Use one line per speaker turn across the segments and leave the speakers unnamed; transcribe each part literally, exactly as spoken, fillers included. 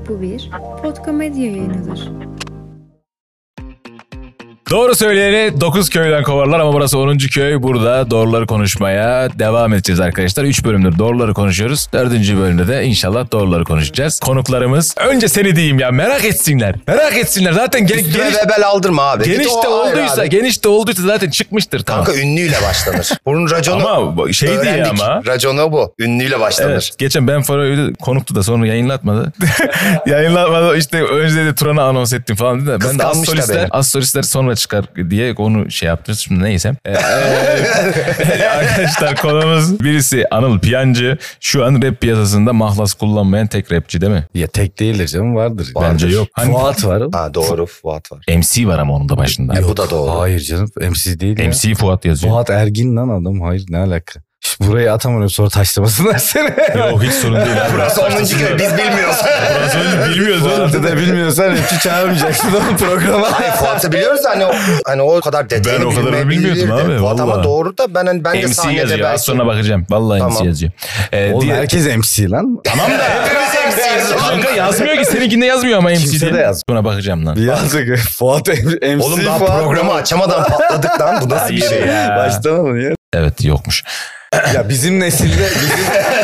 Bu bir Podkomedya yayınıdır.
Doğru söyleyeni dokuz köyden kovarlar ama burası onuncu köy. Burada doğruları konuşmaya devam edeceğiz arkadaşlar. üç bölümdür doğruları konuşuyoruz. dördüncü bölümde de inşallah doğruları konuşacağız. Konuklarımız, önce seni diyeyim ya, merak etsinler. Merak etsinler. Zaten gen,
Üstüne
geniş,
bebel aldırma abi.
geniş de olduysa, geniş de olduysa zaten çıkmıştır. Tamam.
Kanka ünlüyle başlanır. Bunun raconu
ama şey değil
öğrendik.
ama.
Raconu bu. Ünlüyle başlanır.
Evet, geçen Ben Faro'yu konuktu da sonra yayınlatmadı. yayınlatmadı işte, önce de Turan'a anons ettim falan dedi. Ben de az solistler, az solistler sonra çıkar diye onu şey yaptınız. Şimdi neyse. Ee, arkadaşlar konumuz birisi Anıl Piyancı. Şu an rap piyasasında mahlas kullanmayan tek rapçi değil mi?
Ya tek değildir canım, vardır.
Bence
vardır.
yok. Hani,
Fuat var.
Ha doğru, Fuat var.
M C var ama onun da başında.
Yok, bu da doğru.
Hayır canım, M C değil ya.
M C Fuat yazıyor.
Fuat Ergin lan adam. Hayır, ne alaka? İşte burayı atamıyorum, sonra taşlamasınlar seni.
Yok, hiç sorun değil.
Burası onuncu köy, biz bilmiyoruz.
Burası öyle bilmiyoruz oğlum.
Fuat'ı da bilmiyorsan rapçi çağırmayacaksın oğlum programa.
Hayır, Fuat'ı biliyoruz hani o, hani o kadar detayını
Ben o kadarını bilmiyordum abi,
Fuat ama
vallahi.
doğru da ben hani ben de
M C
sahnede
yazıyor.
belki.
Az sonra bakacağım. Vallahi
Tamam.
M C yazıyor. Ee,
Oğlum
diye-
herkes M C lan.
Tamam da.
Hepimiz M C'yiz.
Kanka yazmıyor ki, seninkinde yazmıyor ama M C
Kimse
diye.
de yazmıyor.
Sonra bakacağım lan.
Yazık. Fuat M C.
Oğlum daha
Fuat.
programı açamadan patladık lan. Bu nasıl bir
Hayır
şey?
ya.
Baştan ya.
Evet, yokmuş.
Ya bizim nesilde bizim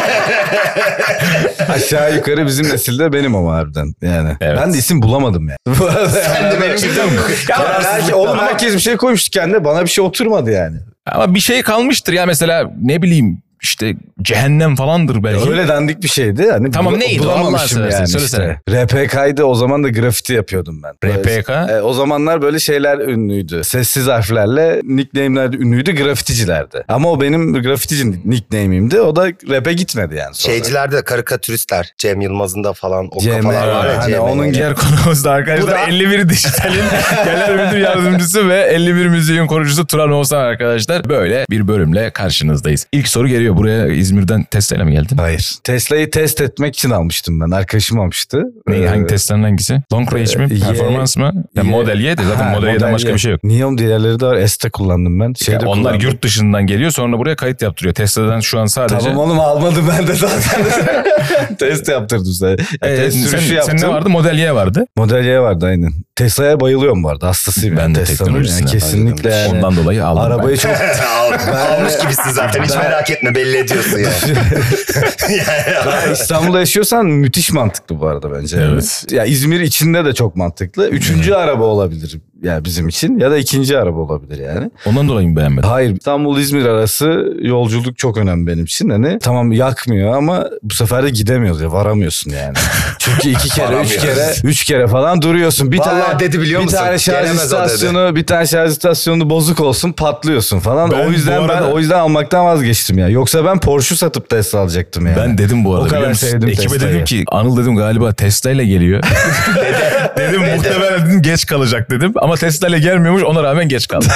aşağı yukarı bizim nesilde benim ama harbiden yani.
Evet.
Ben de isim bulamadım yani. Bu arada
Sen de benim gibi
ya belki, oğlum herkes bir şey koymuştu kendine, bana bir şey oturmadı yani.
Ama bir şey kalmıştır ya, mesela ne bileyim işte cehennem falandır belki.
Öyle dandik bir şeydi. Hani
Tamam,
bul-
neydi o?
bulamamışım
Allah'ını seversen
yani
söylesene.
işte. R P K'ydı, o zaman da grafiti yapıyordum ben.
R P K?
E, o zamanlar böyle şeyler ünlüydü. Sessiz harflerle nickname'ler ünlüydü, grafiticilerdi. Ama o benim grafitici nickname'imdi. O da rap'e gitmedi yani sonra.
Şeycilerde karikatüristler. Cem Yılmaz'ın da falan o
Cem,
kafalar var ya.
hani
Cem
onun
Yılmaz.
Diğer konumuz da arkadaşlar
Bu da-
elli bir Dijital'in genel müdür yardımcısı ve elli bir Müziğin kurucusu Turan Oğuzhan arkadaşlar. Böyle bir bölümle karşınızdayız. İlk soru geliyor. Buraya İzmir'den Tesla'yla mı geldin?
Hayır. Tesla'yı test etmek için almıştım ben. Arkadaşım almıştı.
Ne,
Ee,
hangi Tesla'nın hangisi? Long range mi?
Y-
Performans mı? Ya
Y-
Model Y de zaten
Ha,
Model Y'den
Model
başka
Y.
bir şey yok.
Neon diğerleri de var. S'te kullandım ben. Şeyde
Ya onlar
kullandım.
yurt dışından geliyor, sonra buraya kayıt yaptırıyor. Tesla'dan şu an sadece...
Tamam oğlum, almadım ben de zaten. Test yaptırdım sana. Ya,
Ee,
test
sen,
sürüşü
sen
yaptım.
ne vardı? Model Y vardı.
Model Y vardı aynen. Tesla'ya bayılıyorum bu arada. Hastasıyım.
Ben de
Tesla'nın
teknolojisine
yani kesinlikle yani.
Ondan dolayı aldım
Arabayı
ben.
çok...
Al- Almış gibisin zaten. Hiç merak etme, belli ediyorsun ya.
Ben İstanbul'da yaşıyorsan müthiş mantıklı bu arada bence.
Evet.
Ya İzmir içinde de çok mantıklı. Üçüncü araba olabilir ya bizim için, ya da ikinci araba olabilir yani.
Ondan dolayı mı beğenmedin?
Hayır, İstanbul-İzmir arası yolculuk çok önemli benim için. Hani tamam yakmıyor ama bu sefer de gidemiyoruz ya, varamıyorsun yani. Çünkü iki kere, üç
Varamıyoruz.
kere, üç kere falan duruyorsun. Bir
Vallahi
tane
dedi, biliyor
bir
musun?
tane şarj
Gelemez o dedi.
istasyonu, bir tane şarj istasyonu bozuk olsun, patlıyorsun falan.
Ben
o yüzden
bu arada-
ben o yüzden almaktan vazgeçtim ya. Yoksa ben Porsche satıp Tesla alacaktım yani.
Ben dedim bu arada.
O kadar
biliyor musun?
sevdim
Ekibe
Tesla'yı.
dedim ki Anıl dedim galiba Tesla ile geliyor. dedim muhtemelen dedim geç kalacak dedim. Ama Tesla ile gelmiyormuş, ona rağmen geç kaldı.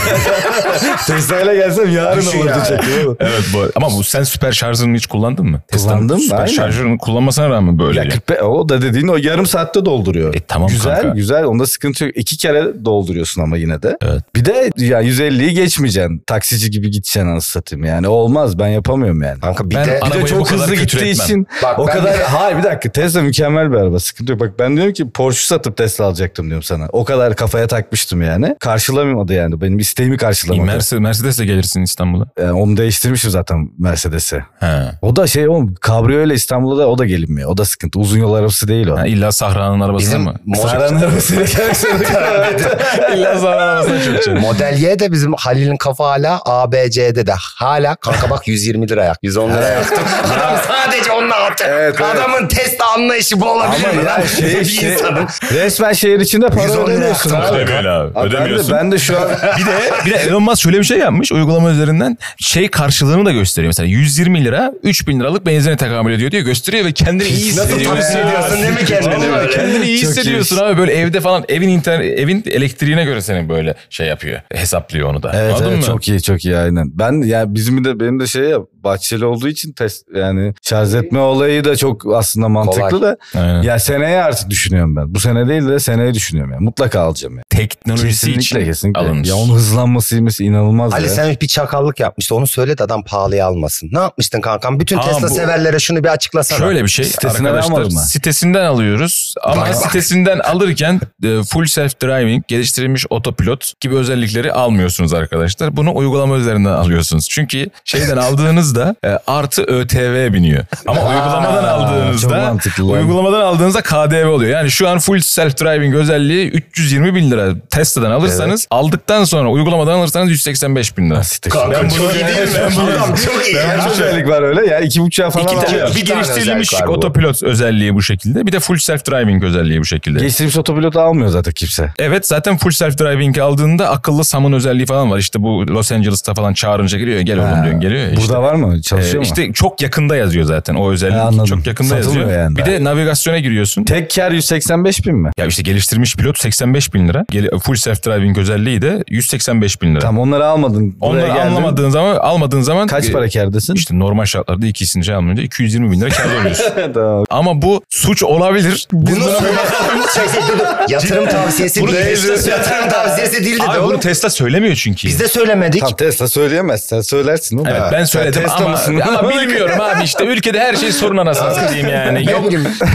Tesla ile gelsem yarın
Düşün
olurdu
ya.
çekim.
evet bu. Ama bu sen süper şarjını hiç kullandın mı? Tesla'nın
Kullandım,
Süper
aynen.
şarjını kullanmasına rağmen böyle.
Ya kırk beş, o da dediğin o yarım saatte dolduruyor.
E, tamam
güzel,
kanka.
güzel. Onda sıkıntı yok. İki kere dolduruyorsun ama yine de.
Evet.
Bir de ya yüz elliyi geçmeyeceksin. Taksici gibi gideceksin anasını satayım yani. Olmaz, ben yapamıyorum yani.
Kanka bir
Ben-
de...
Bir
Arabayı
de
bu
çok
kadar
hızlı
kötü
gittiği
etmem.
için
Bak
o
ben
kadar...
de-
Hayır bir dakika, Tesla mükemmel bir araba, sıkıntı yok. Bak ben diyorum ki Porsche satıp Tesla alacaktım diyorum sana. O kadar kafaya takmıştım yani. Karşılamadı yani. Benim isteğimi karşılamadı.
Mercedes, Mercedes'le gelirsin İstanbul'a.
Yani onu değiştirmişim zaten Mercedes'e.
He.
O da şey oğlum, Cabrio ile İstanbul'da da o da gelinmiyor. O da sıkıntı. Uzun yol arabası değil o.
Ha, illa Sahra'nın arabasına
Bizim
mı?
Sahra'nın arabasıyla gelsin.
illa Sahra'nın arabasına çökeceksin.
Model Y de bizim Halil'in kafa hala A B C'de de hala kanka bak yüz yirmi lira yak. yüz on lira yaktım. Adam sadece onunla atacak.
Evet, evet.
Adamın Tesla anlayışı bu olabilir
Ama
mi?
ya
lan?
şey,
bir
şey
insanın.
resmen şehir içinde para
yüz on lira
ödemiyorsun
yaktım
abi.
Öyle abi.
Abi
Ödemiyorsun.
Ben de, ben de şu an
Bir de bir de Elon Musk şöyle bir şey yapmış uygulama üzerinden, şey karşılığını da gösteriyor. Mesela yüz yirmi lira üç bin liralık benzine tekamül ediyor diyor, gösteriyor ve kendini iyi
Nasıl
hissediyor.
tavsiye ediyorsun değil mi kendini
Vallahi
böyle?
kendini iyi
Çok
hissediyorsun
iyi.
abi, böyle evde falan evin internet evin elektriğine göre senin böyle şey yapıyor, hesaplıyor onu da.
evet,
Anladın
evet
mı?
çok iyi çok iyi aynen. Ben ya bizim de benim de şey ya, bahçeli olduğu için test yani şarj etme olayı da çok aslında mantıklı
Kolay.
da.
Aynen.
Ya seneye artık düşünüyorum ben. Bu sene değil de seneye düşünüyorum yani. Mutlaka alacağım yani.
teknolojisi
Kesinlikle
için
kesinlikle.
alınmış.
Ya onun hızlanması ivmesi inanılmaz
Ali
ya.
sen bir çakallık yapmıştı. Onu söyle de adam pahalıya almasın. Ne yapmıştın kankam? Bütün
Ha,
Tesla
bu-
severlere şunu bir açıklasana.
Şöyle bir şey
Sitesinden
arkadaşlar,
almadın mı?
sitesinden alıyoruz ama
Bak, bak.
sitesinden alırken e, full self driving, geliştirilmiş otopilot gibi özellikleri almıyorsunuz arkadaşlar. Bunu uygulama üzerinden alıyorsunuz. Çünkü şeyden aldığınızda e, artı ÖTV biniyor. Ama uygulamadan
çok
aldığınızda
mantıklı lan.
uygulamadan aldığınızda K D V oluyor. Yani şu an full self driving özelliği üç yüz yirmi bin lira Tesla'dan alırsanız, aldıktan sonra uygulamadan alırsanız yüz seksen beş bin lira.
Kanka
Ben
çok
bunu-
iyi değil mi?
ben bunu-
Adam çok iyi
ben
ya.
bunu-
özellik var öyle ya iki buçuğa falan
İki tane,
alıyor.
İki
bir
tane
geliştirilmiş
özellik var bu.
otopilot özelliği bu şekilde. Bir de full self driving özelliği bu şekilde.
Geçtiğimiz otopilotu almıyor zaten kimse.
Evet, zaten full self driving aldığında akıllı summon özelliği falan var. İşte bu Los Angeles'ta falan çağırınca geliyor. Gel oğlum diyorsun, geliyor. ya
Burada
işte.
var mı? Çalışıyor
Ee,
mu?
İşte çok yakında yazıyor zaten o özellik.
He, anladım.
Çok yakında
Satılmıyor
yazıyor.
yani.
Bir de navigasyona giriyorsun.
Tek kar yüz seksen beş bin mi?
Ya işte geliştirilmiş pilot seksen beş bin lira. Gel- Full self driving özelliği de yüz seksen beş bin lira.
Tamam onları almadın. Buraya
Onları
geldin.
anlamadığın zaman, almadığın zaman
Kaç
e,
para kârdasın?
İşte normal şartlarda ikisini şey almayınca iki yüz yirmi bin lira kâr oluyorsun.
Tamam.
Ama bu suç olabilir. Biz
Bunu
buna-
Şey, şey, dur, dur. Yatırım tavsiyesi
Bunu
değil.
Tesla-
Yatırım tavsiyesi değil dedi
Abi bunu
oğlum.
Tesla söylemiyor çünkü.
Biz de söylemedik.
Tam Tesla söyleyemez. Sen söylersin oğlum.
Evet, ben söyledim
Tesla
ama,
mısın?
ama bilmiyorum abi, işte ülkede her şey sorun anasını satayım yani. Yok.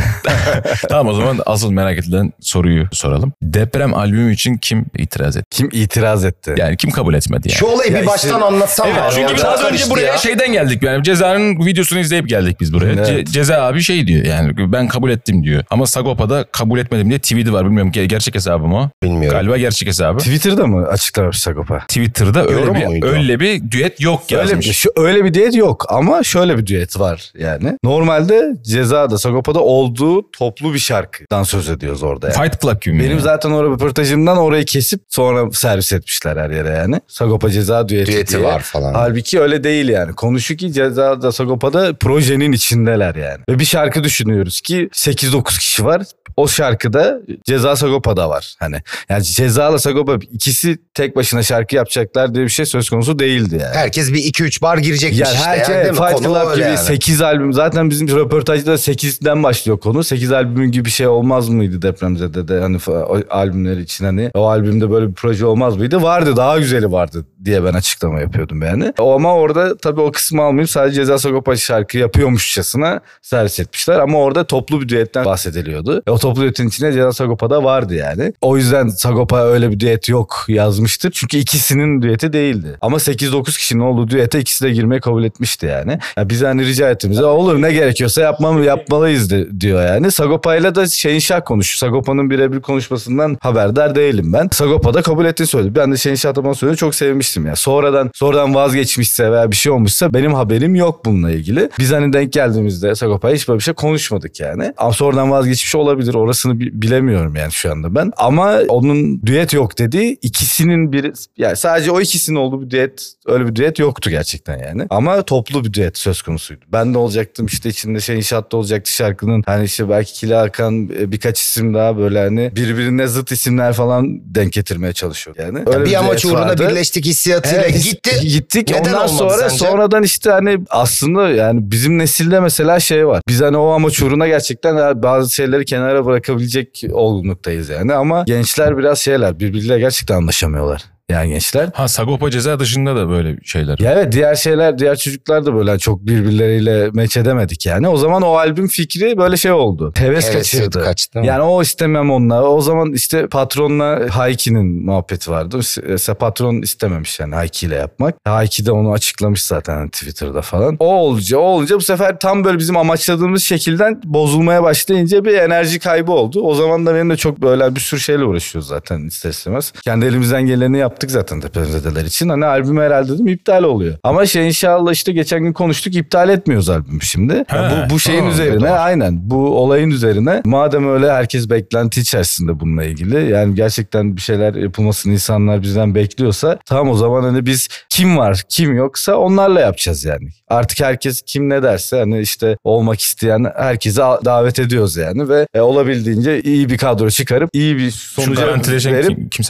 Tamam, o zaman asıl merak edilen soruyu soralım. Deprem albümü için kim itiraz etti?
Kim itiraz etti?
Yani kim kabul etmedi yani?
Şu olayı
Ya
bir baştan
işte-
anlatsam.
Evet,
bari.
çünkü biz
Ortalık
az önce
karıştı
buraya
ya.
şeyden geldik yani Ceza'nın videosunu izleyip geldik biz buraya.
Evet.
Ce- Ceza abi şey diyor yani ben kabul ettim diyor. Ama Sagopa'da kabul etmedim diye tweet'i var, bilmiyorum ge- gerçek hesabı mı o?
Bilmiyorum.
Galiba gerçek hesabı.
Twitter'da mı açıklamış Sagopa?
Twitter'da öyle
Yorum
bir
muydu?
öyle bir düet yok
Öyle bir,
yazmış.
şu, öyle bir düet yok ama şöyle bir düet var yani. Normalde Ceza'da Sagopa'da olduğu toplu bir şarkıdan söz ediyoruz orada yani.
Fight Club gibi mi?
Benim
yani?
zaten o röportajımdan orayı kesip sonra servis etmişler her yere yani. Sagopa Ceza düeti,
Düeti
diye.
var falan.
Halbuki öyle değil yani. Konuşu ki Ceza'da Sagopa'da projenin içindeler yani. Ve bir şarkı düşünüyoruz ki sekiz dokuz kişi var. O şarkıda Ceza Sagopa'da var. Hani yani Ceza'la Sagopa ikisi tek başına şarkı yapacaklar diye bir şey söz konusu değildi yani.
Herkes bir iki üç bar girecekmiş
Yani
işte.
herkes
yani, değil mi?
Fight
Konu
Club
öyle
gibi
yani.
sekiz albüm. Zaten bizim röportajda sekizden başlıyor konu. sekiz albümün gibi bir şey olmaz mıydı Depremzede'de? Hani fa- o albümler için hani o albümde böyle bir proje olmaz mıydı? Vardı, daha güzeli vardı diye ben açıklama yapıyordum yani. O ama orada tabii o kısmı almayıp sadece Ceza Sagopa şarkı yapıyormuşçasına servis etmişler. Ama orada toplu bir düetten bahsediliyordu. E, o toplu düetin içinde Ceza Sagopa da vardı yani. O yüzden Sagopa öyle bir düet yok yazmıştır. Çünkü ikisinin düeti değildi. Ama sekiz dokuz kişinin olduğu düete ikisi de girmeyi kabul etmişti yani. Ya biz hani rica ettiğimizde olur ne gerekiyorsa yapmam, yapmalıyız de, diyor yani. Sagopa'yla da Şehinşah konuşuyor. Sagopa'nın birebir konuşmasından haberdar değilim ben. Sagopa da kabul ettiğini söyledi. Ben de Şehinşah da bana söyledi, çok sevmiştim ya. Sonradan sonradan vazgeçmişse veya bir şey olmuşsa benim haberim yok bununla ilgili. Biz hani denk geldiğimizde Sagopa'ya hiç böyle bir şey konuşmadık yani. Ama sonradan vazgeçmiş olabilir. Orasını bi- bilemiyorum yani şu anda ben. Ama onun düet yok dediği ikisinin biri, yani sadece o ikisinin olduğu bir düet, öyle bir düet yoktu gerçekten yani. Ama toplu bir düet söz konusuydu. Ben de olacaktım işte, içinde şey inşaatta olacaktı şarkının. Hani işte belki Kila Hakan, birkaç isim daha böyle hani birbirine zıt isimler falan denk getirmeye çalışıyor yani. Öyle
Bir amaç
düet
uğruna
vardı.
birleştik hissiyatıyla
Evet,
gitti.
Gittik.
Neden
Ondan
olmadı
sonra
sence?
sonradan işte hani aslında yani bizim nesilde mesela şey var. Biz hani o amaç uğruna gerçekten bazı şeyleri kenara bırakabilecek olgunluktayız yani. Ama gençler biraz şeyler, birbirleriyle gerçekten anlaşamıyorlar. Yani gençler.
Ha, Sagopa Ceza dışında da böyle şeyler.
Ya evet, diğer şeyler, diğer çocuklar da böyle çok birbirleriyle meç edemedik yani. O zaman o albüm fikri böyle şey oldu. Heves
Heves
kaçırdı.
kaçtı.
Yani o istemem onunla. O zaman işte patronla Hayki'nin muhabbeti vardı. İşte patron istememiş yani Hayki ile yapmak. Hayki de onu açıklamış zaten hani Twitter'da falan. O olunca, o olunca bu sefer tam böyle bizim amaçladığımız şekilden bozulmaya başlayınca bir enerji kaybı oldu. O zaman da benim de çok böyle bir sürü şeyle uğraşıyoruz zaten ister istemez. Kendi elimizden geleni yaptık zaten Depremzedeler için. Hani albüm herhalde dedim iptal oluyor. Ama şey inşallah işte geçen gün konuştuk, iptal etmiyoruz albümü şimdi.
He.
Ya bu, bu şeyin
Ha,
üzerine
doğru.
aynen bu olayın üzerine madem öyle herkes beklenti içerisinde bununla ilgili, yani gerçekten bir şeyler yapılmasını insanlar bizden bekliyorsa tamam, o zaman hani biz kim var kim yoksa onlarla yapacağız yani. Artık herkes kim ne derse hani işte olmak isteyen herkese davet ediyoruz yani ve e, olabildiğince iyi bir kadro çıkarıp iyi bir
Şu
sonuca
garantileşen
verip
kim- kimse var mı?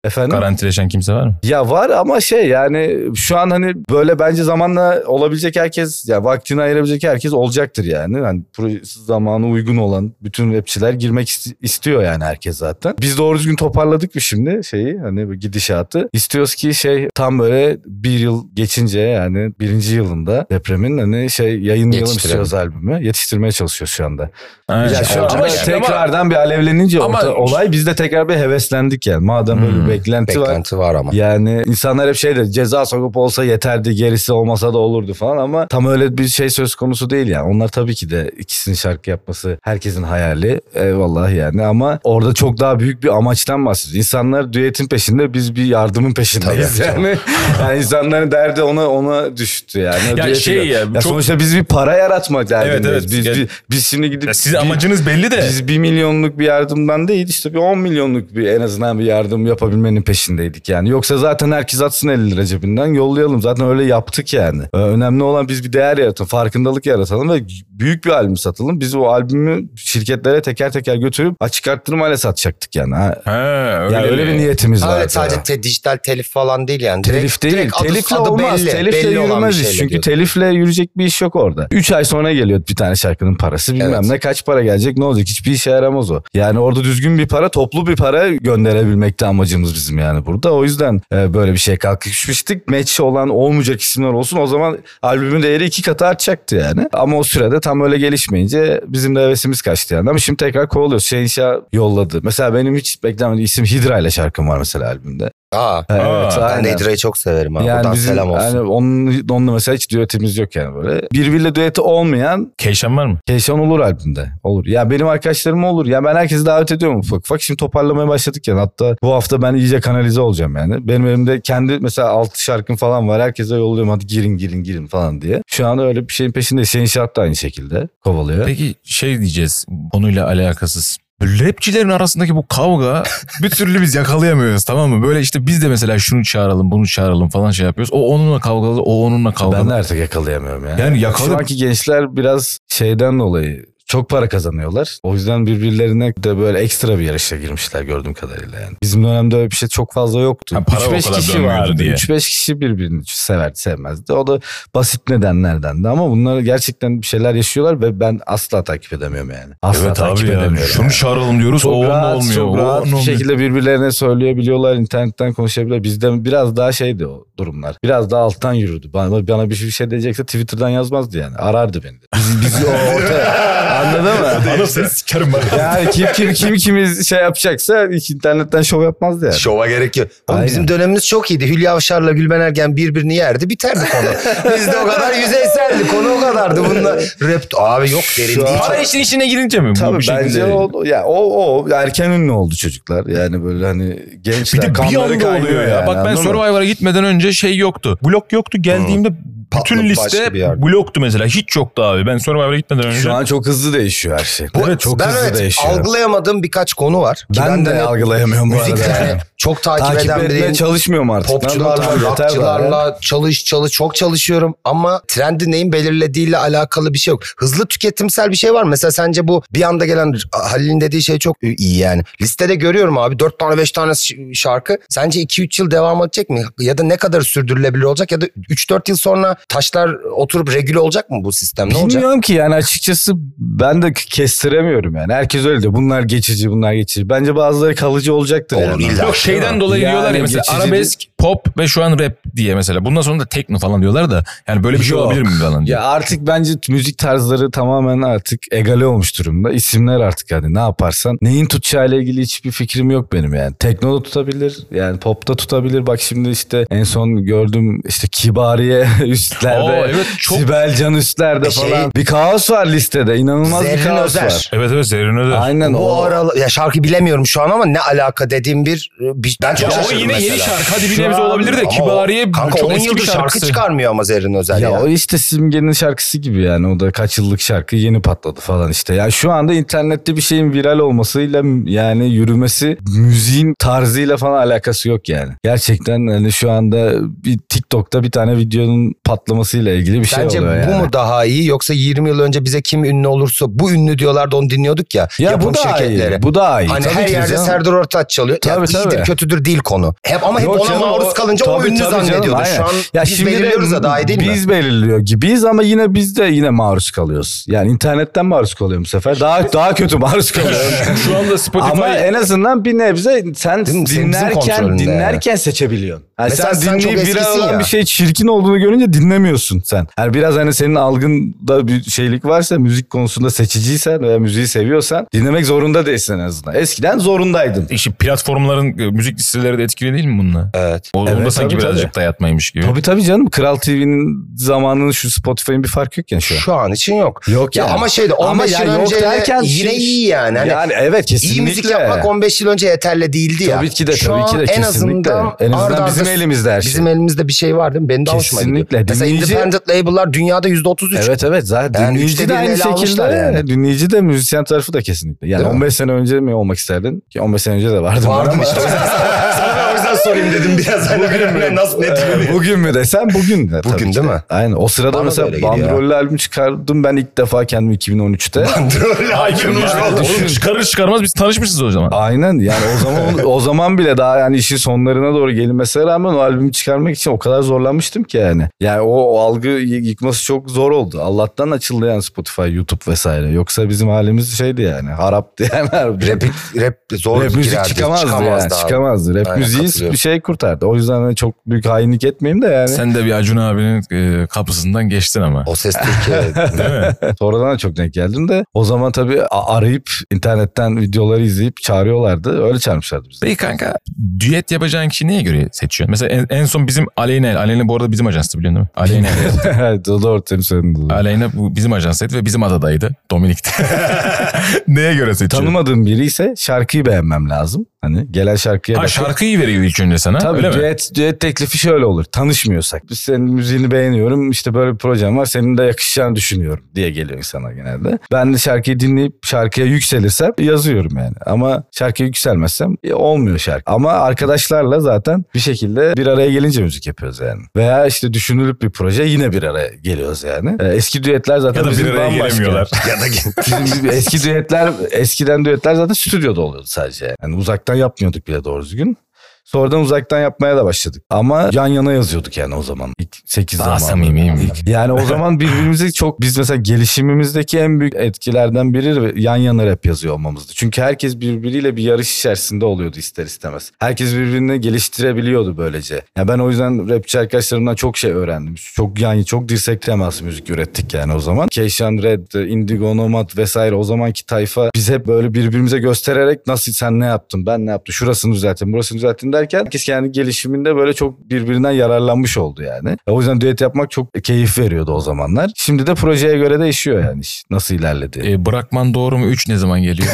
Efendim?
Garantileşen kimse var mı?
Ya var ama şey yani şu an hani böyle bence zamanla olabilecek herkes ya vaktini ayırabilecek herkes olacaktır yani. Hani projesi zamanı uygun olan bütün rapçiler girmek ist- istiyor yani herkes zaten. Biz doğru düzgün toparladık mı şimdi şeyi hani bu gidişatı. İstiyoruz ki şey tam böyle bir yıl geçince yani birinci yılında depremin hani şey yayınlayalım istiyoruz albümü. Yetiştirmeye çalışıyoruz şu anda.
Aynen.
Ya şu
Ama
anda
işte-
tekrardan bir alevlenince
Ama-
orta, olay biz de tekrar bir heveslendik yani. Madem böyle bir beklenti, var.
Beklenti var ama.
Yani insanlar hep şey de ceza sokup olsa yeterdi gerisi olmasa da olurdu falan ama tam öyle bir şey söz konusu değil yani. Onlar tabii ki de ikisinin şarkı yapması herkesin hayali. Eyvallah yani ama orada çok daha büyük bir amaçtan bahsediyoruz. İnsanlar düetin peşinde biz bir yardımın peşindeyiz
Tabii.
yani. Yani insanların derdi ona ona düştü yani.
Ya
Düeti
şey
yok.
ya,
ya
çok-
sonuçta biz bir para yaratmak derdindeyiz.
Evet, evet.
Biz,
Ya-
biz, biz şimdi gidip
Ya sizin
bir-
amacınız belli de.
biz bir milyonluk bir yardımdan değil işte bir on milyonluk bir en azından bir yardım yapabilmenin peşindeydik yani. Yoksa zaten herkes atsın elli lira cebinden yollayalım. Zaten öyle yaptık yani. Ee, önemli olan biz bir değer yaratalım, farkındalık yaratalım ve büyük bir albüm satalım. Biz o albümü şirketlere teker teker götürüp açık arttırmayla satacaktık yani. Ha,
Ha, öyle,
yani öyle bir niyetimiz var.
Öyle sadece te- dijital telif falan değil yani. Direkt,
Telif değil.
direkt adı-
Telifle
adı
olmaz.
belli,
Telifle
belli olan bir
yürümez iş.
şeyle
Çünkü
diyorsun.
telifle yürüyecek bir iş yok orada. üç ay sonra geliyor bir tane şarkının parası. Bilmem
Evet.
ne kaç para gelecek ne olacak. Hiçbir işe yaramaz o. Yani orada düzgün bir para, toplu bir para gönderebilmekte amacımız bizim yani burada. O yüzden e, böyle bir şey kalkışmıştık. Match olan olmayacak isimler olsun. O zaman albümün değeri iki katı artacaktı yani. Ama o sürede tam öyle gelişmeyince bizim de hevesimiz kaçtı yani. Ama şimdi tekrar kovalıyoruz. Şehinşah yolladı. Mesela benim hiç beklemediğim isim Hidra ile şarkım var mesela albümde.
Aa,
Evet,
Aa,
ben
aynen.
de Hidra'yı çok severim abi.
Yani
Buradan
bizim
selam olsun.
yani onun, onunla mesela hiç düetimiz yok yani böyle. Birbiriyle düeti olmayan
Keyşan var mı?
Keşan olur albümde. Olur. Ya benim arkadaşlarım olur. Ya ben herkesi davet ediyorum ufak ufak. Şimdi toparlamaya başladık yani. Hatta bu hafta ben iyice kanalize olacağım yani. Benim elimde kendi mesela altı şarkım falan var. Herkese yolluyorum hadi girin girin girin falan diye. Şu an öyle bir şeyin peşinde. Şehinşah da aynı şekilde kovalıyor.
Peki şey diyeceğiz konuyla alakasız. Rapçilerin arasındaki bu kavga bir türlü biz yakalayamıyoruz, tamam mı? Böyle işte biz de mesela şunu çağıralım bunu çağıralım falan şey yapıyoruz. O onunla kavgalı, o onunla kavgalı.
Ben de artık yakalayamıyorum ya.
Yani yakalı-
Şu anki gençler biraz şeyden dolayı çok para kazanıyorlar. O yüzden birbirlerine de böyle ekstra bir yarışa girmişler gördüğüm kadarıyla yani. Bizim dönemde öyle bir şey çok fazla yoktu.
Ha, para
üç beş
o kadar
kişi
dönmüyordu
vardı.
diye.
üç beş kişi birbirini severdi sevmezdi. O da basit nedenlerdendi ama bunlar gerçekten bir şeyler yaşıyorlar ve ben asla takip edemiyorum yani. Asla
Evet
takip
abi ya.
edemiyorum.
Şunu
yani.
çağıralım diyoruz, o
Çok
onunla
rahat,
olmuyor.
çok
o
rahat
onunla
bir
olmuyor.
şekilde birbirlerine söyleyebiliyorlar, internetten konuşabiliyorlar. Bizde biraz daha şeydi o durumlar. Biraz daha alttan yürüdü. Bana, bana bir şey diyecekse Twitter'dan yazmazdı yani. Arardı beni de. Biz, biz o orta anladın mı?
Adam seni sikerim ben.
Yani kim kim kim kimi şey yapacaksa hiç internetten şov yapmazdı yani.
Şova gerek yok. Oğlum
Aynen.
bizim dönemimiz çok iyiydi. Hülya Avşar'la Gülben Ergen birbirini yerdi. Biterdi konu. Bizde o kadar yüzeyseldi. Konu o kadardı. Bunda rap... Abi yok derin
Şu
değil.
an-
Para işin içine girince mi? bu
Tabii
bir şekilde?
bence o ya o o erken ünlü oldu çocuklar. Yani böyle hani
Bir
gençler
de bir
kanları
anda
kaynıyor
oluyor ya.
yani,
Bak ben
anladın mı?
Survivor'a gitmeden önce şey yoktu. Blok yoktu. Geldiğimde bütün
Patladı
liste
başka bir yerde.
bloktu mesela. Hiç yoktu abi. Ben Survivor'a gitmeden önce.
Şu an çok hızlı değişiyor her şey.
Bu,
evet çok
ben
hızlı
evet
değişiyor.
algılayamadığım birkaç konu var. Ki
Ben de
de
algılayamıyorum bu
müzik
arada.
yani çok takip,
Takip
eden
etmeye
biriyim.
çalışmıyorum artık.
Popçularla,
Lan, yeter
rockçılarla çalış çalış çok çalışıyorum ama trendi neyin belirlediğiyle alakalı bir şey yok. Hızlı tüketimsel bir şey var. Mesela sence bu bir anda gelen Halil'in dediği şey çok iyi yani. Listede görüyorum abi dört tane beş tane şarkı. Sence iki üç yıl devam edecek mi? Ya da ne kadar sürdürülebilir olacak ya da üç dört yıl sonra taşlar oturup regüle olacak mı bu sistem? Ne olacak?
Bilmiyorum ki yani açıkçası ben de kestiremiyorum yani. Herkes öyle diyor. Bunlar geçici, bunlar geçici. Bence bazıları kalıcı olacaktır
Olur,
yani.
illa.
Yok şeyden dolayı
Yani
diyorlar ya mesela
geçici
arabesk, pop ve şu an rap diye mesela. Bundan sonra da tekno falan diyorlar da yani böyle bir şey
Yok.
olabilir mi falan diye.
Ya artık bence müzik tarzları tamamen artık egale olmuş durumda. İsimler artık yani ne yaparsan. Neyin tutacağıyla ilgili hiçbir fikrim yok benim yani. Tekno da tutabilir. Yani pop da tutabilir. Bak şimdi işte en son gördüm işte Kibariye üstlerde.
Oo, evet, çok-
Sibel Can üstlerde
Şey-
falan. Bir kaos var listede. İnanılmaz bir
Zerrin
kaos
Özer.
var.
Evet evet Zerrin Özer.
Aynen
Bu
o.
ara ya şarkı bilemiyorum şu an ama ne alaka dediğim bir, bir ben çok
Ya o
şaşırdım
yine
mesela.
yeni şarkı. Hadi bir
Şu
nebze
an-
olabilir de
Ama o-
Kibariye
kanka
çok
on
eski bir
yıldır şarkı
şarkısı.
çıkarmıyor ama Zerrin Özer ya.
Ya o işte Simge'nin şarkısı gibi yani o da kaç yıllık şarkı yeni patladı falan işte. Ya şu anda internette bir şeyin viral olmasıyla yani yürümesi müziğin tarzıyla falan alakası yok yani. Gerçekten hani şu anda bir TikTok'ta bir tane videonun patlamasıyla ilgili bir şey
Bence
oluyor
bu
yani.
mu daha iyi yoksa yirmi yıl önce bize kim ünlü olursa bu ünlü diyorlardı onu dinliyorduk ya.
Ya
yapım
bu da
şirketleri.
iyi. Bu da iyi.
Hani
Tabii
her
ki
yerde
canım.
Serdar Ortaç çalıyor.
Tabii,
ya
tabii.
iyidir kötüdür değil konu. Hep ama hep
Yok
ona
canım,
maruz
o-
kalınca o
tabii,
ünlü
tabii canım,
zannediyordu.
aynen.
Şu an
Ya
biz
şimdi de
belirliyoruz da daha iyi değil mi?
Biz belirliyor gibiyiz ama yine biz de yine maruz kalıyoruz. Yani internetten maruz kalıyorum bu sefer. Daha daha kötü maruz kalıyorum.
Şu anda Spotify...
Ama en azından bir nebze sen
Değil mi? Senin bizim
dinlerken
kontrolünde
dinlerken seçebiliyorsun. Yani
Mesela
sen
sen çok
dinleyip viral
eskisin
olan
ya.
bir şey çirkin olduğunu görünce dinlemiyorsun sen. Yani biraz hani senin algında bir şeylik varsa, müzik konusunda seçiciysen veya müziği seviyorsan dinlemek zorunda değilsin en azından. Eskiden zorundaydın.
İşte platformların e, müzik listeleri de etkili değil mi bununla?
Evet.
O,
Evet,
onda sanki
tabii,
birazcık
tabii.
dayatmaymış gibi.
Tabii tabii canım. Kral T V'nin zamanının şu Spotify'ın bir farkı yok yani şu an.
Şu an için yok.
Yok
ya
yani.
ama şeyde on beş
Ama
yıl
ya yok
önce
derken
yine
şey-
iyi yani. Hani
yani evet kesinlikle.
iyi müzik yapmak on beş yıl önce yeterli değildi ya.
Tabii ki de
Şu
tabii ki de
an en
kesinlikle.
azından,
En azından
arda
bizim
arda-
elimizde her şey.
Bizim elimizde bir şey var değil mi? Benim de hoşuma gidiyor.
Kesinlikle.
Mesela
Dinleyici-
independent label'lar dünyada yüzde otuz üç.
Evet evet zaten
Yani
dinleyici
üçte
de
birini
aynı
ele almışlar
şekilde
yani.
dinleyici de müzisyen tarafı da kesinlikle. Yani
Değil mi?
on beş sene önce mi olmak isterdin? Ki on beş sene önce de vardım.
Vardım
ama-
işte. O yüzden sana, sana ben o yüzden sorayım dedim biraz. Hani bugün nasıl ne diyor?
Bugün mü desem bugün de. tabii
Bugün
ki
değil
de.
mi?
Aynen. O sırada
Bana da
mesela
öyle geliyor ya.
bandrollü albüm çıkardım ben ilk defa kendim iki bin on üçte.
Ay, oğlum çıkarır çıkarmaz biz tanışmışız o zaman.
Aynen yani o zaman o zaman bile daha yani işin sonlarına doğru gelinmesine rağmen o albümü çıkarmak için o kadar zorlanmıştım ki yani. Yani o, o algı y- yıkması çok zor oldu. Allah'tan açıldı yani Spotify, YouTube vesaire. Yoksa bizim halimiz şeydi yani haraptı yani.
Rap, rap zor
Rap müzik
girerdi,
çıkamazdı, yani
abi.
çıkamazdı. Rap
Aynen,
müziği
katılıyorum.
bir şey kurtardı. O yüzden hani çok büyük hainlik etmeyeyim de yani.
Sen de bir Acun abinin e, kapısından geçtin ama.
O ses Türkiye.
Değil mi?
Sonradan da çok denk geldim de o zaman tabii a- arayıp internetten videoları izleyip çağırıyorlardı. Öyle çağırmışlardı bizi.
Peki kanka düet yapacağın kişi neye göre seçiyorsun? Mesela en, en son bizim Aleyna. Aleyna bu arada bizim ajanstı biliyorsun değil mi? Aleyna.
Evet doğru senin söylediğin doğru.
Aleyna bu bizim ajanstaydı ve bizim adadaydı. Dominik'te. Neye göre seçiyorsun?
Tanımadığım biri ise şarkıyı beğenmem lazım. Hani gelen şarkıya
Ha
bakıp-
şarkıyı veriyor ilk önce sana.
Tabii
öyle mi?
düet, düet teklifi şöyle olur. Tanışmıyorsak. Biz senin müziğini beğeniyorum. İşte böyle bir projem var. Senin de yakışacağını düşünüyorum diye geliyor insana genelde. Ben de şarkıyı dinleyip şarkıya yükselirsem yazıyorum yani. Ama şarkıya yükselmezsem e, olmuyor şarkı. Ama arkadaşlarla zaten bir şekilde bir araya gelince müzik yapıyoruz yani. Veya işte düşünülüp bir proje yine bir araya geliyoruz yani. Ee, eski düetler zaten
Ya da bir
bizim
araya
bambaşka.
gelemiyorlar.
ya da
Bizim eski düetler, eskiden düetler zaten stüdyoda oluyordu sadece. Yani uzaktan yapmıyorduk bile doğru düzgün. Sonradan uzaktan yapmaya da başladık. Ama yan yana yazıyorduk yani o zaman. İlk sekiz
Daha
zaman.
samimiyim.
Yani o zaman birbirimizi çok biz mesela gelişimimizdeki en büyük etkilerden biri yan yana rap yazıyor olmamızdı. Çünkü herkes birbiriyle bir yarış içerisinde oluyordu ister istemez. Herkes birbirini geliştirebiliyordu böylece. Yani ben o yüzden rapçi arkadaşlarımdan çok şey öğrendim. Çok yani çok dirsek teması müzik ürettik yani o zaman. Keşan Red, Indigo Nomad vesaire o zamanki tayfa biz hep böyle birbirimize göstererek nasıl sen ne yaptın ben ne yaptım şurasını düzelttin burasını düzelttin derken herkes kendi gelişiminde böyle çok birbirinden yararlanmış oldu yani. O yüzden düet yapmak çok keyif veriyordu o zamanlar. Şimdi de projeye göre değişiyor yani iş. Nasıl ilerledi?
E, Bırakman Doğru mu üç ne zaman geliyor?